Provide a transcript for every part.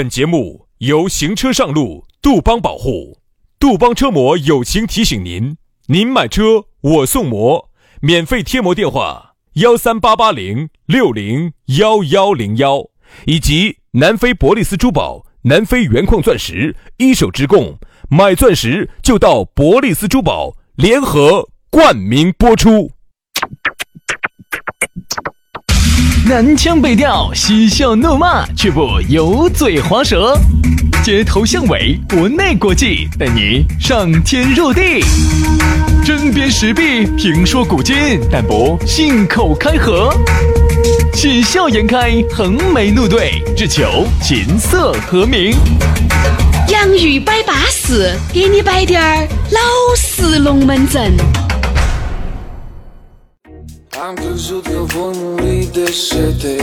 本节目由行车上路杜邦保护，杜邦车模友情提醒您：您买车我送模，免费贴膜电话138806011101，以及南非伯利斯珠宝、南非原矿钻石一手直供，买钻石就到伯利斯珠宝，联合冠名播出。 南腔北调，嬉笑怒骂，却不油嘴滑舌，街头巷尾，国内国际，带你上天入地，针砭时弊，评说古今，但不信口开河，喜笑颜开，横眉怒对，只求琴瑟和鸣。 洋芋摆巴士，给你摆点儿老式龙门阵。 Am crezut că voi muri de sete,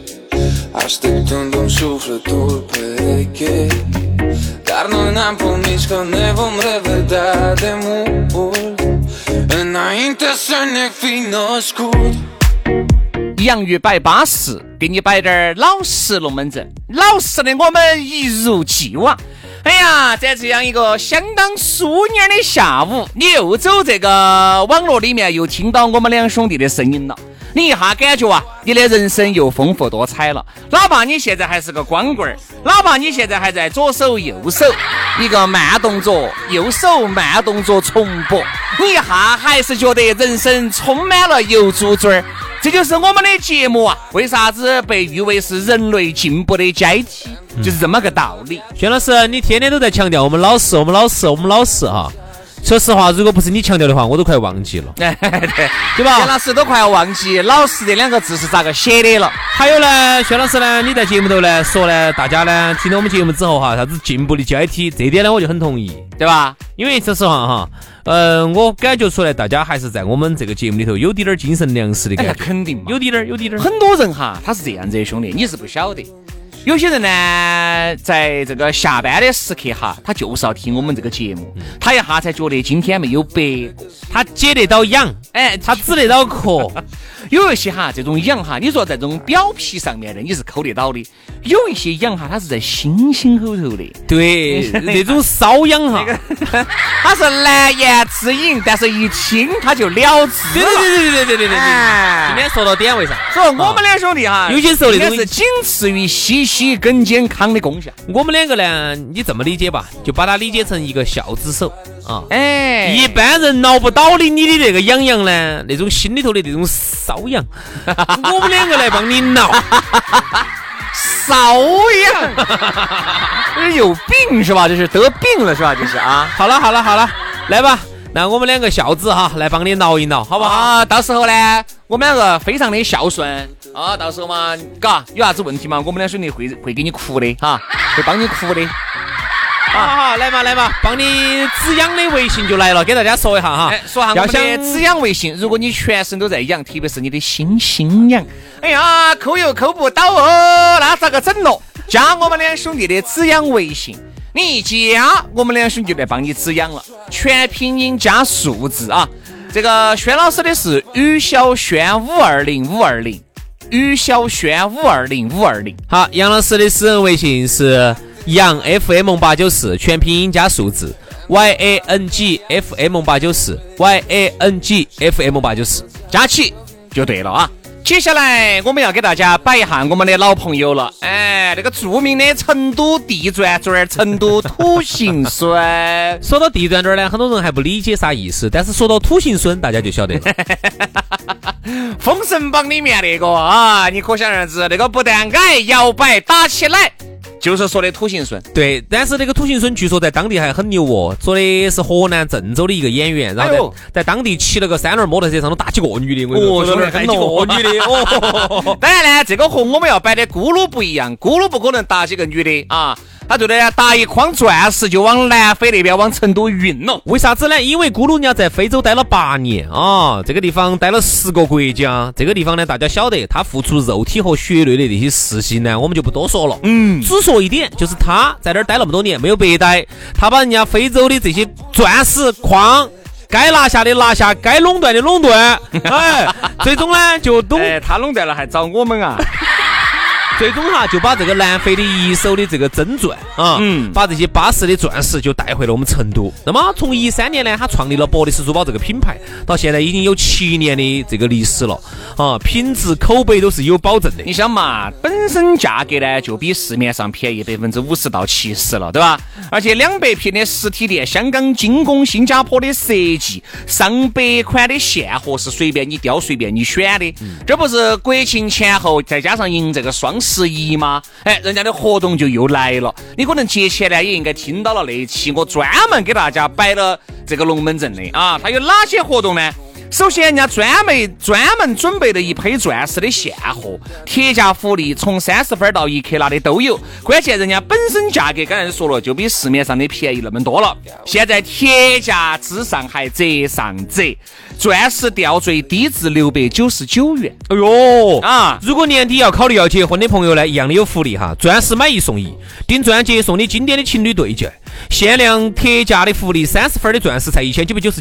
așteptându-mi sufletul pereche, dar noi n-am promis că ne vom revedea de mult, înainte să ne fi născut。 洋芋摆巴士，给你摆点老实龙门阵，老实的我们一如既往。哎呀，在这样一个相当舒年的下午，你又走这个网络里面，又听到我们两兄弟的声音了，你一下感觉啊，你的人生又丰富多彩了。哪怕你现在还是个光棍儿，哪怕你现在还在左手右手一个慢动作，右手慢动作重播，你一下还是觉得人生充满了油猪嘴儿。这就是我们的节目啊，为啥子被誉为是人类进步的阶梯，就是这么个道理。 轩老师，你天天都在强调我们老实，我们老实，我们老实哈。说实话，如果不是你强调的话，我都快忘记了，对吧？ 轩老师都快要忘记老实这两个字是咋个写的了。 还有呢，轩老师呢，你在节目头呢说呢，大家呢听到我们节目之后哈，啥子进步的阶梯，这点呢我就很同意， 对吧？ 因为说实话哈，我感觉出来大家还是在我们这个节目里头有点精神粮食的感觉， 肯定嘛， 有点。 很多人哈，他是这样子的，兄弟，你是不晓得。有些人呢，在这个下班的时刻哈，他就是要听我们这个节目，他一下才觉得今天没有白过， 他解得到痒，他止得到渴。 有一些哈，这种痒哈，你说在这种表皮上面的你是抠得到的，有一些痒哈，它是在心后头的。 对，那种瘙痒哈， 它是难言之隐，但是一听它就了之了。 对。今天说到点位上， 所以我们两兄弟哈， 有些时候应该是仅次于西西跟健康的功效。 我们两个呢，你这么理解吧，就把它理解成一个孝子手啊。 一般人挠不到的你的那个痒痒呢，那种心里头的那种瘙痒，我们两个来帮你挠。 瘙痒，有病是吧？这是得病了是吧？这是啊。 好了，来吧。那我们两个孝子哈，来帮你挠一挠，好不好？ 啊，到时候呢，我们两个非常的孝顺啊，到时候嘛，嘎，有啥子问题嘛，我们两兄弟会给你哭的哈，会帮你哭的。 好，来嘛，帮你止痒的微信就来了，给大家说一下哈。 说下我们的止痒微信，如果你全身都在痒，特别是你的心痒，哎呀，抠又抠不到哦，那咋个整咯？加我们两兄弟的止痒微信。你一加，我们两兄弟就来帮你止痒了，全拼音加数字啊！这个轩老师的是于小轩520520，于小轩520520。 好，杨老师的私人微信是杨 FM894，全拼音加数字 YANG FM894 YANG FM894， 加起就对了啊！接下来我们要给大家摆一下我们的老朋友了，那个著名的成都地转转，成都土行孙。 说到地转转呢，很多人还不理解啥意思，但是说到土行孙，大家就晓得了。 封神榜里面那个啊，你可想而知，那个不但矮摇摆打起来，就是说的土行孙。 对，但是那个土行孙据说在当地还很牛哦，说的是河南郑州的一个演员，然后在当地骑了个3轮摩托车上头打几个女的， 说的还几个女的哦。当然呢，这个和我们要摆的咕噜不一样，咕噜不可能打几个女的啊，他对的打一筐钻石就往南非那边往成都运了。 为啥子呢？因为咕噜娘在非洲待了8年啊，这个地方待了10个国家，这个地方呢大家晓得他付出肉体和血泪的那些事情呢，我们就不多说了。只说一点，就是他在那儿待那么多年没有白待，他把人家非洲的这些钻石矿该拿下的拿下，该垄断的垄断，最终呢就他垄断了还找我们啊。 最终哈就把这个南非的一手的这个真钻啊，把这些巴适的钻石就带回了我们成都。那么从13年呢，他创立了博利斯珠宝这个品牌，到现在已经有7年的这个历史了啊，品质口碑都是有保证的。 你想嘛，本身价格呢就比市面上便宜50%到70%了，对吧？而且200平的实体店，香港精工、新加坡的设计，上百款的现货是随便你挑、随便你选的。这不是国庆前后再加上迎这个双11吗？哎，人家的活动就又来了。你可能节前呢也应该听到了那一期，我专门给大家摆了这个龙门阵的啊。它有哪些活动呢？首先，人家专门准备了一批钻石的现货，铁价福利从30分到1克拉的都有。关键人家本身价格刚才说了，就比市面上的便宜那么多了。现在铁价之上还折上折，钻石吊坠低至699元。 哎呦啊！如果年底要考虑要结婚的朋友呢，一样的有福利哈，钻石买1送1，订钻戒送你经典的情侣对戒。限量铁价的福利，30分的钻石才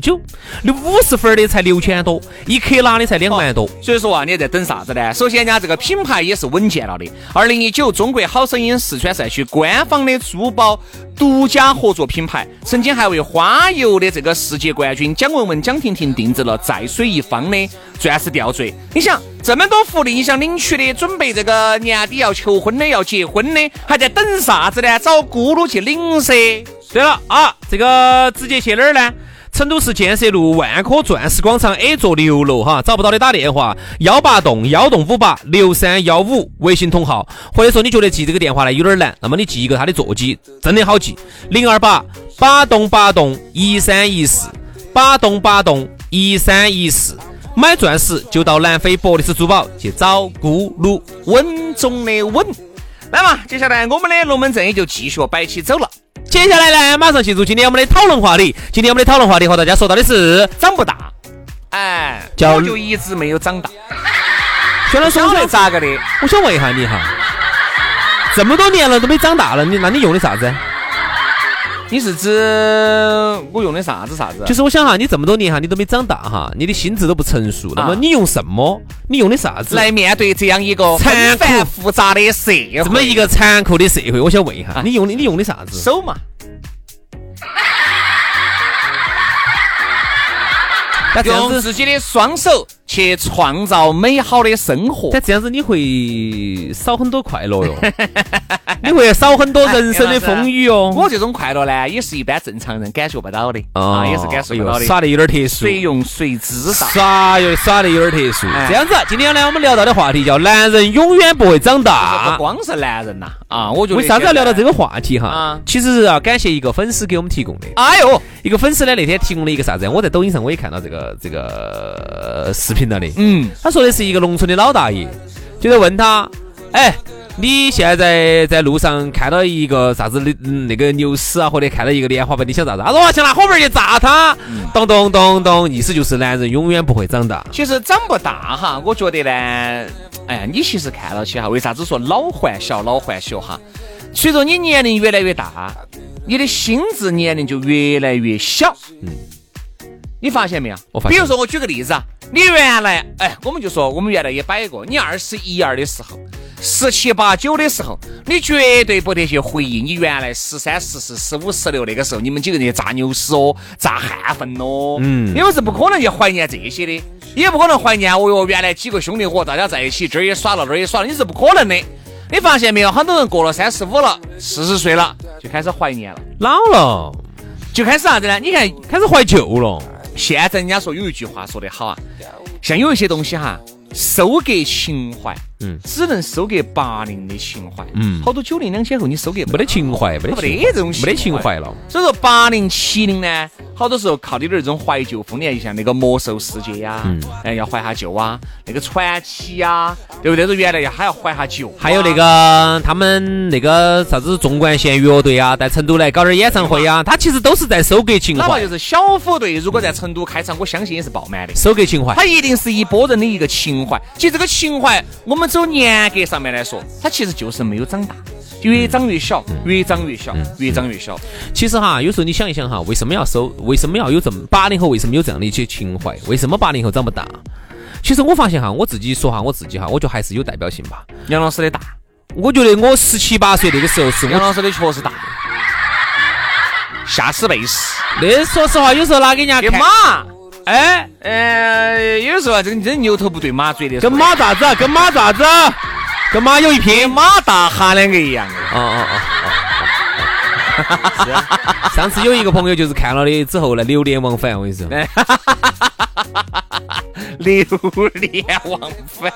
1999，50分的才6000多，1克拉的才2万多。 所以说啊，你在等啥子呢？首先，人家这个品牌也是稳健了的。2019中国好声音四川赛区官方的珠宝独家合作品牌，曾经还为花游的这个世界冠军蒋雯雯、蒋婷婷定制了在水一方的钻石吊坠。你想这么多福利，你想领取的，准备这个年底要求婚的、要结婚的，还在等啥子呢？找咕噜去领噻。 对了啊，这个直接去哪儿呢？成都市建设路万科钻石广场 A 座6楼哈，找不到的打电话180栋58 6315，微信同号，或者说你觉得记这个电话呢有点难，那么你记一个他的座机，真的好记，028 8栋8栋1314 8栋8栋1314。买钻石就到南非博利斯珠宝去找咕噜， 稳中的稳。来嘛，接下来我们的龙门阵也就继续摆起走了。 接下来呢，马上进入今天我们的讨论话题。今天我们的讨论话题和大家说到的是长不大，哎，我就一直没有长大。 轩老师， 晓得咋个的？ 我想问一下你哈，这么多年了都没长大了，那你用的啥子？ 你是指我用的啥子？ 就是我想哈，你这么多年哈，你都没长大哈，你的心智都不成熟，那么你用什么？你用的啥子来面对这样一个纷繁复杂的社会？ 这么一个残酷的社会，我想问一下，你用的啥子？ 手嘛。用自己的双手去创造美好的生活， 但这样子你会少很多快乐哟，你会少很多人生的风雨哦。 我这种快乐呢，也是一般正常人感觉不到的也是感受不到的。 耍的有点特殊， 谁用谁知道。 耍的有点特殊。这样子，今天呢，我们聊到的话题叫男人永远不会长大。 不光是男人呐我觉得为啥子要聊到这个话题哈？其实要感谢一个粉丝给我们提供的。 哎呦， 一个粉丝呢那天提供了一个啥子？我在抖音上我也看到这个视频了的。他说的是一个农村的老大爷，就在问他，哎，你现在在路上看到一个啥子那个牛屎啊，或者看到一个莲花瓣，你想咋子？他说想拿火盆去炸他，咚咚咚咚，意思就是男人永远不会长大。 其实长不大哈，我觉得呢，哎呀，你其实看到起哈，为啥子说老还小哈？随着你年龄越来越大，你的心智年龄就越来越小。你发现没有？比如说我举个例子啊，你原来我们就说我们原来也摆过，你21、22的时候，17、18、19的时候，你绝对不得去回忆你原来13、14、15、16那个时候，你们几个人去炸牛屎哦，炸汉粉哦，因为是不可能去怀念这些的，也不可能怀念原来几个兄弟伙大家在一起，这儿也耍了那儿也耍了，你是不可能的。你发现没有？很多人过了35了、40岁了，就开始怀念了， 老了就开始啥子呢？你看， 开始怀旧了。 现在人家说有一句话说得好啊，像有一些东西哈，收割情怀，只能收割80的情怀，好多90、2000后你收割没得情怀，没得这种没得情怀了。 所以说80、70呢，好多时候靠的这种怀旧风，你像那个魔兽世界呀，要怀下旧啊，那个传奇呀，对不对？原来还要怀下旧， 还有那个他们那个啥子纵贯线乐队啊，在成都来搞点演唱会啊，他其实都是在收割情怀。 哪怕就是小虎队，如果在成都开场，我相信也是爆满的， 收割情怀。 他一定是一拨人的一个情怀。其实这个情怀，我们走年格上面来说，它其实就是没有长大，越长越小，越长越小，越长越小。 其实哈，有时候你想一想哈，为什么要有这么80后为什么有这样的一些情怀？为什么80后长不大？其实我发现哈，我自己说哈，我自己哈，我觉得还是有代表性吧。 杨老师的大， 我觉得我17、18岁那个时候是杨老师的确实大，下死背死。 那说实话，有时候拿给人家看跟马，有时候这个牛头不对马嘴的， 跟马咋子？跟马咋子？跟马有一拼， 跟马大哈两个一样的。 是啊。上次有一个朋友就是看了的之后呢，流连忘返。我跟你说， 流连忘返，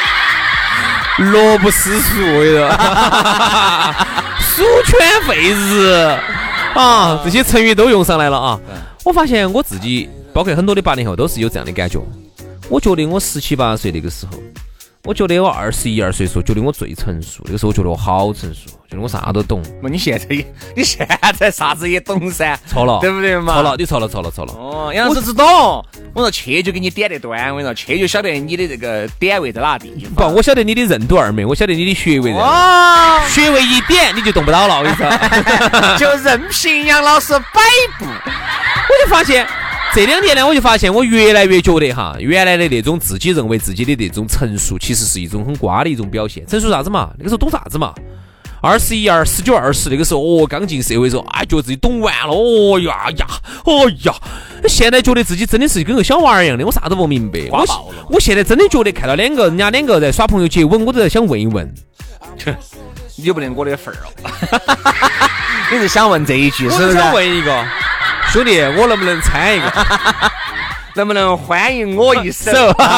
乐不思蜀，我跟你说，蜀犬废日啊，这些成语都用上来了啊。我发现我自己，包括很多的80后，都是有这样的感觉。我觉得我17、18岁那个时候，我觉得我21、2岁时候，觉得我最成熟。那个时候我觉得我好成熟，觉得我啥都懂。 你现在啥子也懂噻， 错了， 对不对嘛？ 错了，你错了。 哦，杨老师只懂，我说去就给你点得端，我跟你说去就晓得你的这个点位在哪地方。 不，我晓得你的任督二脉，我晓得你的穴位在哪。 穴位一点你就动不到了，我跟你说， 就任凭杨老师摆布。 我就发现。这2年呢，我就发现我越来越觉得哈，原来的那种自己认为自己的那种成熟，其实是一种很瓜的一种表现。成熟啥子嘛？那个时候懂啥子嘛？21、19、20那个时候，刚进社会的时候，觉得自己懂完了，现在觉得自己真的是跟个小娃儿一样的，我啥都不明白。我现在真的觉得看到人家两个在耍朋友接吻，我都在想问一问， 你就不能我的份儿了。你是想问这一句是不是？ 我想问一个。兄弟，我能不能参一个？ 能不能欢迎我一手？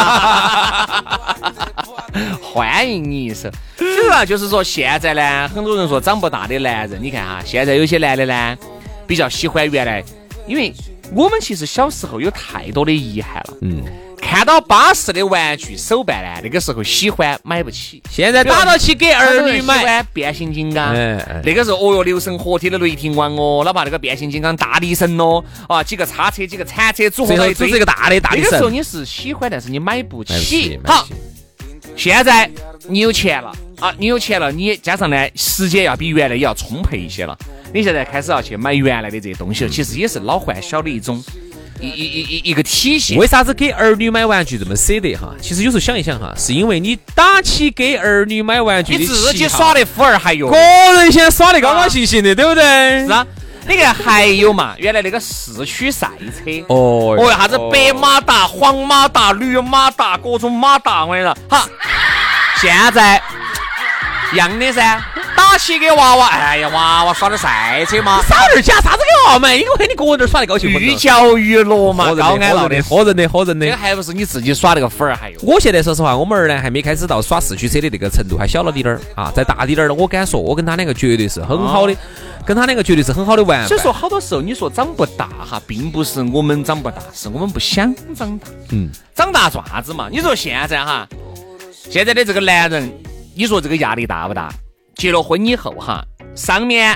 欢迎你一手。其实啊，就是说现在呢，很多人说长不大的男人，你看哈，现在有些男的呢，比较喜欢原来，因为我们其实小时候有太多的遗憾了。看到巴适的玩具手办呢，那个时候喜欢买不起， 现在打到起给儿女买。 喜欢变形金刚，那个时候六神合体的雷霆王哦，哪怕那个变形金刚大力神哦，几个叉车几个铲车组合在一起， 这是一个大力神。 那个时候你是喜欢，但是你买不起。好，现在你有钱了啊，你加上呢时间要比原来也要充沛一些了，你现在开始要去买原来的这些东西了，其实也是老换小的一种。一个体系。 为啥子给儿女买玩具这么舍得哈？其实有时候想一想哈，是因为你打起给儿女买玩具的你自己耍的富而还有个人现在耍的高高兴兴的，对不对？ 是啊，你看还有嘛，原来那个市区赛车，啥子白马达、黄马达、绿马达，各种马达，我跟你说，哈，现在一样的噻。打起给娃娃，哎呀，娃娃耍的赛车嘛， 少点假啥子给娃娃买？因为你个人耍的高兴， 寓教于乐嘛，高安乐的， 喝人的。 这个还不是你自己耍那个粉儿还有。 我现在说实话，我们儿呢还没开始到耍四驱车的那个程度，还小了点儿啊，再大点儿了，我敢说，我跟他两个绝对是很好的，跟他两个绝对是很好的玩。 所以说，好多时候你说长不大哈，并不是我们长不大，是我们不想长大。长大做啥子嘛？你说现在哈，现在的这个男人，你说这个压力大不大？结了婚以后哈，上面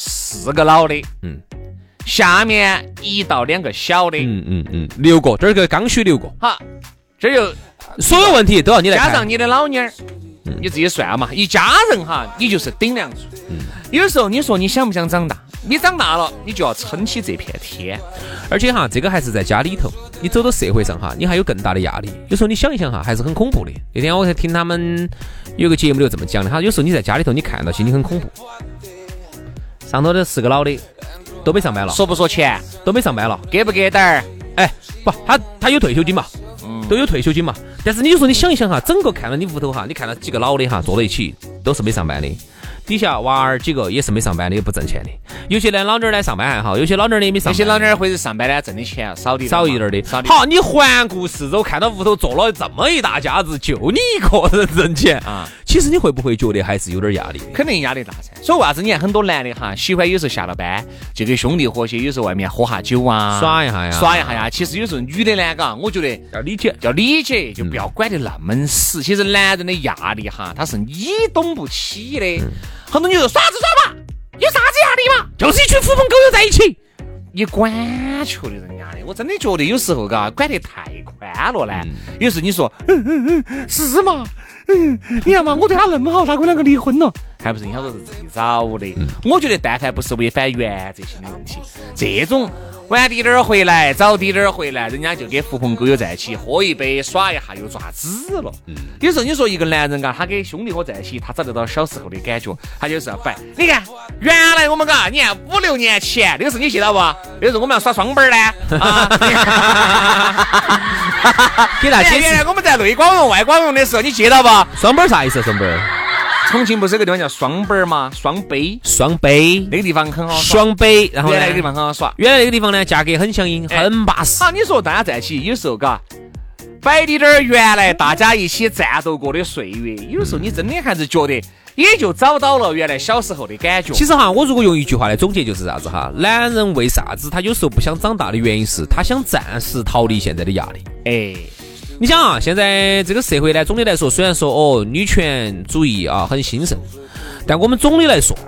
4个老的，下面1到2个小的 ，6个，这个刚需6个， 哈，这就所有问题都要你来加上你的老妞儿，你自己算嘛，一家人哈，你就是顶梁柱。有时候你说你想不想长大？你长大了，你就要撑起这片天。 而且哈，这个还是在家里头，你走到社会上哈，你还有更大的压力。有时候你想一想哈，还是很恐怖的。那天我才听他们有个节目里这么讲的，哈，有时候你在家里头你看到心里很恐怖。上头的4个老的都没上班了， 说不说钱都没上班了， 给不给点儿？ 哎，不，他有退休金嘛，都有退休金嘛。但是你就说你想一想哈，整个看到你屋头哈，你看到几个老的哈坐在一起，都是没上班的。底下娃儿几个也是没上班的，也不挣钱的。有些呢老妞儿来上班还好，有些老妞儿呢也没上班。 有些老妞儿会是上班呢，挣的钱少一点的。 好，你环顾四周，看到屋头坐了这么一大家子，就你一个人挣钱啊，其实你会不会觉得还是有点压力？ 肯定压力大噻。所以为啥子你看很多男的哈，喜欢有时候下了班就跟兄弟伙些，有时候外面喝下酒啊， 耍一下呀。 其实有时候女的呢，嘎，我觉得要理解，就不要管得那么死。其实男人的压力哈，他是你懂不起的。很多人说耍吧，有啥子压力嘛？就是一群狐朋狗友在一起，你管球的人家的。我真的觉得有时候嘎管得太宽了呢。有时候你说是嘛，你看嘛，我对他那么好，他跟我两个离婚了，还不是你想说是自己找的？我觉得但凡不是违反原则性的问题，这种晚滴点儿回来，早滴点儿回来，人家就跟狐朋狗友在一起喝一杯，耍一下又抓子了。有时候你说一个男人他跟兄弟伙在一起，他找得到小时候的感觉，他就是要摆。你看，原来我们你看5-6年前那个时候你记得不？那个时候我们要耍双板呢啊！ 给大家原来我们在内广容、外广容的时候，你记得不？ 双板啥意思？双板？ 重庆不是有个地方叫双板吗？双杯， 那个地方很好耍。 双杯，然后原来那个地方很好耍。 原来那个地方呢，价格很相应，很巴适。 好，你说大家在一起，有时候摆点儿原来大家一起战斗过的岁月，有时候你真的还是觉得，也就找到了原来小时候的感觉。 其实我如果用一句话来总结，就是啥子男人为啥子他有时候不想长大的原因是，他想暂时逃离现在的压力。你想现在这个社会呢，总的来说，虽然说女权主义很兴盛，但我们总的来说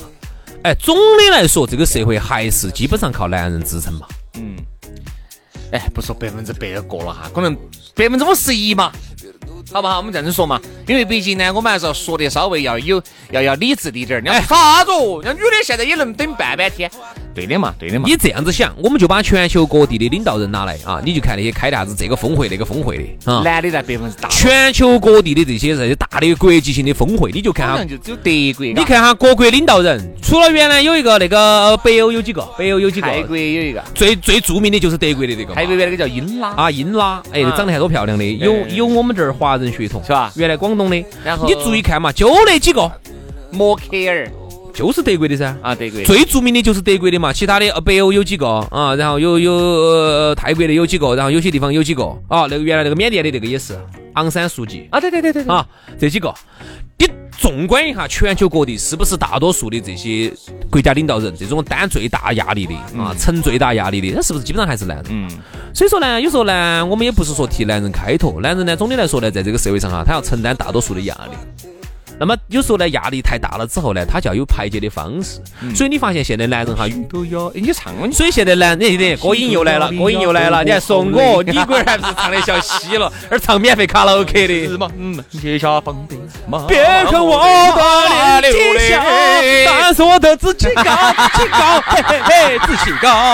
这个社会还是基本上靠男人支撑嘛。 不说100%的过了可能51%嘛，好不好？我们这样子说嘛，因为毕竟呢，我们还是要说的稍微要理智一点。你要啥子？那女的现在也能等半天。对的嘛。 你这样子想，我们就把全球各地的领导人拿来你就看那些开的啥子这个峰会那个峰会的男的在大， 全球各地的这些大的国际性的峰会，你就看就只有德国。 你看哈各国领导人，除了原来有一个那个北欧有几个， 泰国也有一个， 最著名的就是德国的那个， 泰国那个叫英拉英拉，长得还多漂亮的，有我们这儿华人血统是吧？ 原来广东的， 然后你注意看嘛，就那几个， 默克尔。 就是德国的噻德国最著名的就是德国的嘛，其他的北欧有几个然后有泰国的有几个，然后有些地方有几个那个原来那个缅甸的那个也是昂山素季对这几个，你纵观一下全球各地，是不是大多数的这些国家领导人这种担最大压力的承最大压力的，那是不是基本上还是男人？所以说呢，有时候呢，我们也不是说替男人开脱，男人呢总的来说呢，在这个社会上他要承担大多数的压力。那么有时候呢，压力太大了之后呢，他就要有排解的方式。所以你发现现在男人都有，你唱啊！ 所以现在男人歌音又来了，你还说我，你果然还不是唱的小西了，而唱免费卡拉 OK 的。是吗？ 接下放的， 别看我的脸低下，但是我的志气高，嘿嘿嘿，志气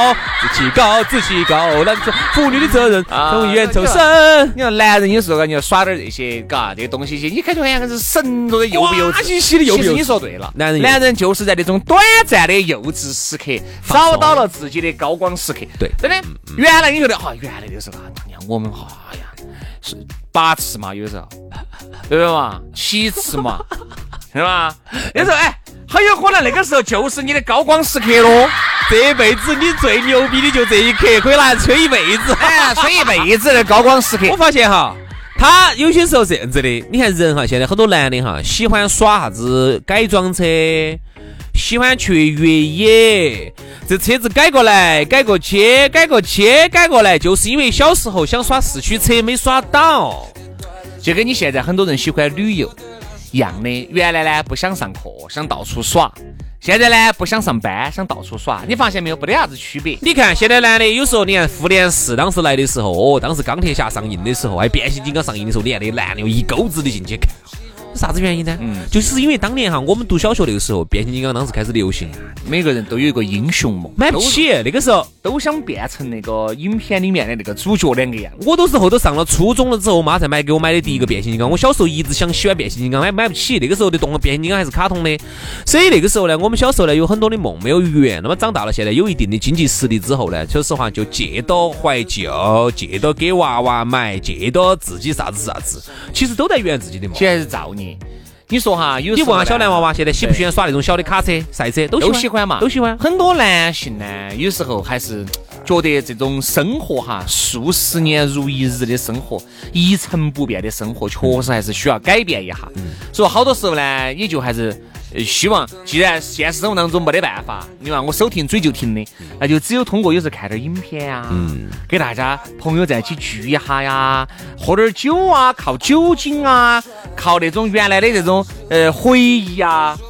高，男子妇女的责任从源头生。 你看男人有时候你要耍点这些这些东西些，你感觉好像是神着的幼不幼稚？其实你说对了，男人就是在那种短暂的幼稚时刻找到了自己的高光时刻。 对， 真的。原来你觉得原来的时候我们是8次嘛，有时候对不对嘛？7次嘛，是吧？有时候很有可能那个时候就是你的高光时刻咯。 这辈子你最牛逼的就这一刻，可以拿来吹一辈子， 吹一辈子的高光时刻。 我发现他有些时候这样子的，你看人现在很多男的喜欢耍啥子改装车，喜欢去越野，这车子改过来改过去，就是因为小时候想耍四驱车没耍到。 就跟你现在很多人喜欢旅游一样的，原来呢不想上课，想到处耍，现在呢不想上班，想到处耍，你发现没有？没得啥子区别。 你看现在男的有时候，你看复联4当时来的时候，当时钢铁侠上映的时候，还变形金刚上映的时候，你看那男的有一钩子的进去看，啥子原因呢？就是因为当年我们读小学那个时候，变形金刚当时开始流行， 每个人都有一个英雄梦， 买不起，那个时候都想变成那个影片里面的那个主角两个样。 我都是后头上了初中了之后，我妈才给我买的第一个变形金刚。我小时候一直想喜欢变形金刚，买不起。那个时候的变形金刚还是卡通的，所以那个时候呢，我们小时候呢有很多的梦没有圆。那么长大了，现在有一定的经济实力之后呢，说实话就借到怀旧，借到给娃娃买，借到自己啥子，其实都在圆自己的梦。 其实还是造孽。你说有你问下小男娃娃现在喜不喜欢耍那种小的卡车、赛车？都喜欢嘛，都喜欢。 很多男性呢，有时候还是觉得这种生活数十年如一日的生活，一成不变的生活，确实还是需要改变一下。所以好多时候呢，也就还是希望，既然现实生活当中没得办法，你看我手停嘴就停的，那就只有通过有时候看点影片啊，给大家朋友在一起聚一下呀，喝点酒啊，靠酒精啊，靠那种原来的这种回忆啊，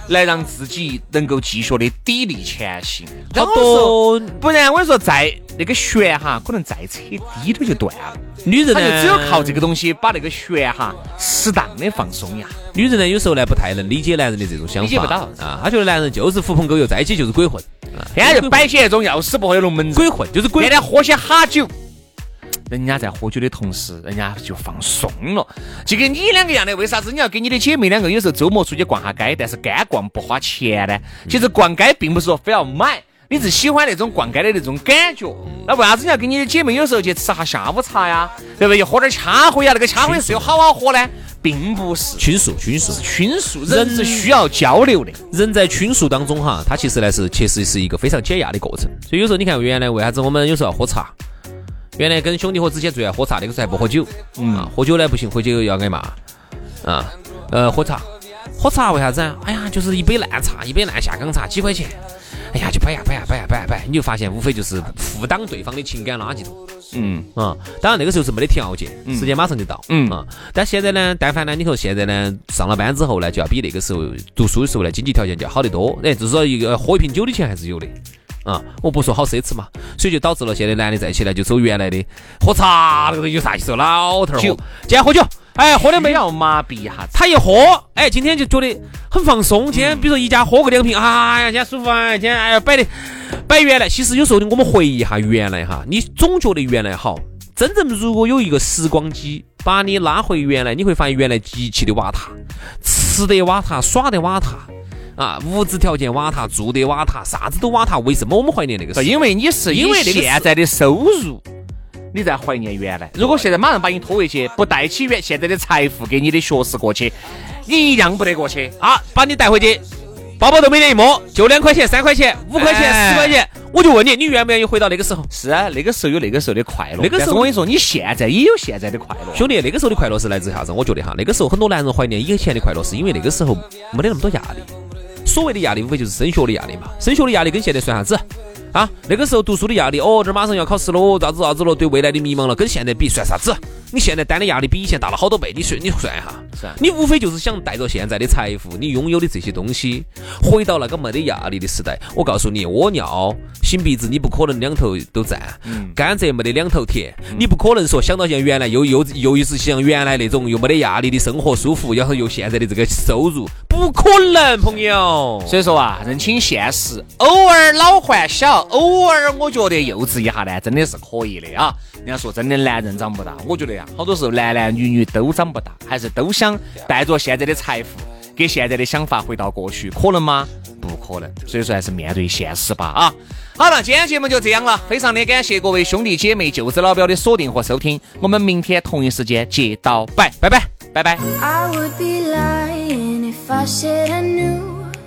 来让自己能够继续的砥砺前行。 好多不然我跟你说，在那个弦哈，可能再扯低点就断了。 女人呢， 他就只有靠这个东西把那个弦哈适当的放松呀。 女人呢，有时候呢不太能理解男人的这种想法， 理解不到啊，她觉得男人就是狐朋狗友，在一起就是鬼混， 天天就摆起那种要死不活的龙门阵， 鬼混就是鬼， 天天喝些哈酒。人家在喝酒的同时，人家就放松了，就跟你两个一样的。为啥子你要跟你的姐妹两个有时候周末出去逛下街，但是干逛不花钱呢？其实逛街并不是说非要买，你是喜欢那种逛街的那种感觉。那为啥子你要跟你的姐妹有时候去吃下下午茶呀，对不对？喝点掐灰呀，那个掐灰是有好喝呢？并不是倾诉， 人是需要交流的。 人在倾诉当中哈，它其实是一个非常解压的过程。所以有时候你看，原来为啥子我们有时候要喝茶？原来跟兄弟伙之间最爱喝茶，那个时候还不喝酒，喝酒呢不行，喝酒要挨骂啊。喝茶为啥子？哎呀，就是一杯烂茶，一杯烂下岗茶，几块钱。哎呀，就摆，你就发现无非就是负担对方的情感垃圾桶。当然那个时候是没得条件，时间马上就到。但现在呢，但凡呢，你说现在呢，上了班之后呢，就要比那个时候读书的时候呢，经济条件就要好得多。至少一个喝一瓶酒的钱还是有的。我不说好奢侈嘛，所以就导致了现在男的在一起呢，就走原来的喝茶那个有啥意思？老头儿喝，今天喝酒，哎，喝的没要麻痹一下， 他一喝，哎，今天就觉得很放松。今天比如说一家喝个2瓶，哎呀，今天舒服啊，今天哎呀摆原来。其实有时候我们回忆一下原来哈，你总觉得原来好。真正如果有一个时光机把你拉回原来，你会发现原来极其的瓦塔，吃的瓦塔，耍的瓦塔。物质条件瓦塔，住的瓦塔，啥子都瓦塔。为什么我们怀念那个时候？ 因为你是因为现在的收入，你在怀念原来。如果现在马上把你拖回去，不带起现在的财富给你的学识过去，你一样不得过去啊！把你带回去，包包都没得一摸，就2块钱、3块钱、5块钱、10块钱。我就问你，你愿不愿意回到那个时候？ 是啊，那个时候有那个时候的快乐。那个时候我跟你说，你现在也有现在的快乐。 兄弟，那个时候的快乐是来自啥子？我觉得哈，那个时候很多男人怀念以前的快乐，是因为那个时候没得那么多压力。所谓的压力无非就是升学的压力嘛，升学的压力跟现在算啥子啊？那个时候读书的压力，这马上要考试了，咋子了，对未来的迷茫了，跟现在比算啥子？你现在担的压力比以前大了好多倍，你算一下，你无非就是想带着现在的财富，你拥有的这些东西，回到那个没得压力的时代。我告诉你，屙尿、擤鼻子，你不可能两头都占，甘蔗没得两头甜，你不可能说想到像原来又一次像原来那种又没得压力的生活舒服，然后又现在的这个收入，不可能，朋友。 所以说啊，认清现实，偶尔老还小，偶尔我觉得幼稚一下呢，真的是可以的啊。人家说真的男人长不大，我觉得呀，好多时候男女都长不大，还是都想带着现在的财富给现在的想法回到过去，可能吗？不可能。所以说还是面对现实吧啊。好了，今天节目就这样了，非常的感谢各位兄弟姐妹舅子老表的锁定和收听，我们明天同一时间接到拜拜拜拜拜。 I would be lying if I said I knew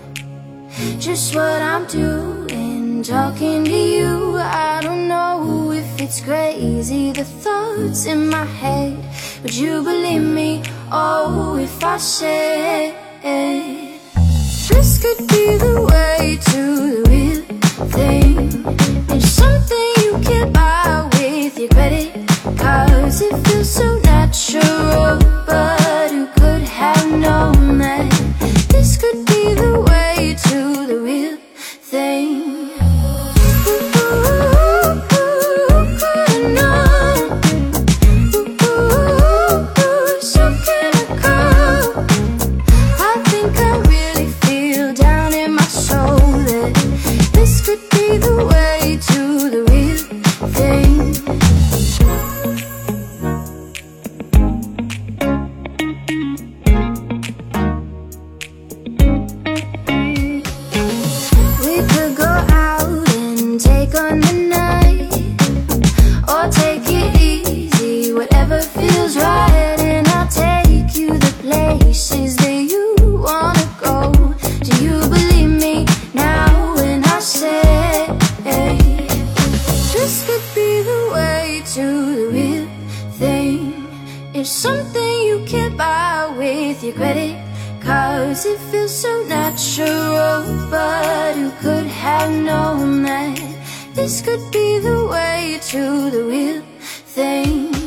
just what I'm doing, talking to you. I don't know if it's crazy, the thoughts in my head. Would you believe me? Oh, if I said this could be the way to the real thing. It's something you can't buy with your credit, 'cause it feels so natural. But who could have known that this could be the way to the real thing? It's something you can't buy with your credit, 'cause it feels so natural. But who could have known that this could be the way to the real thing?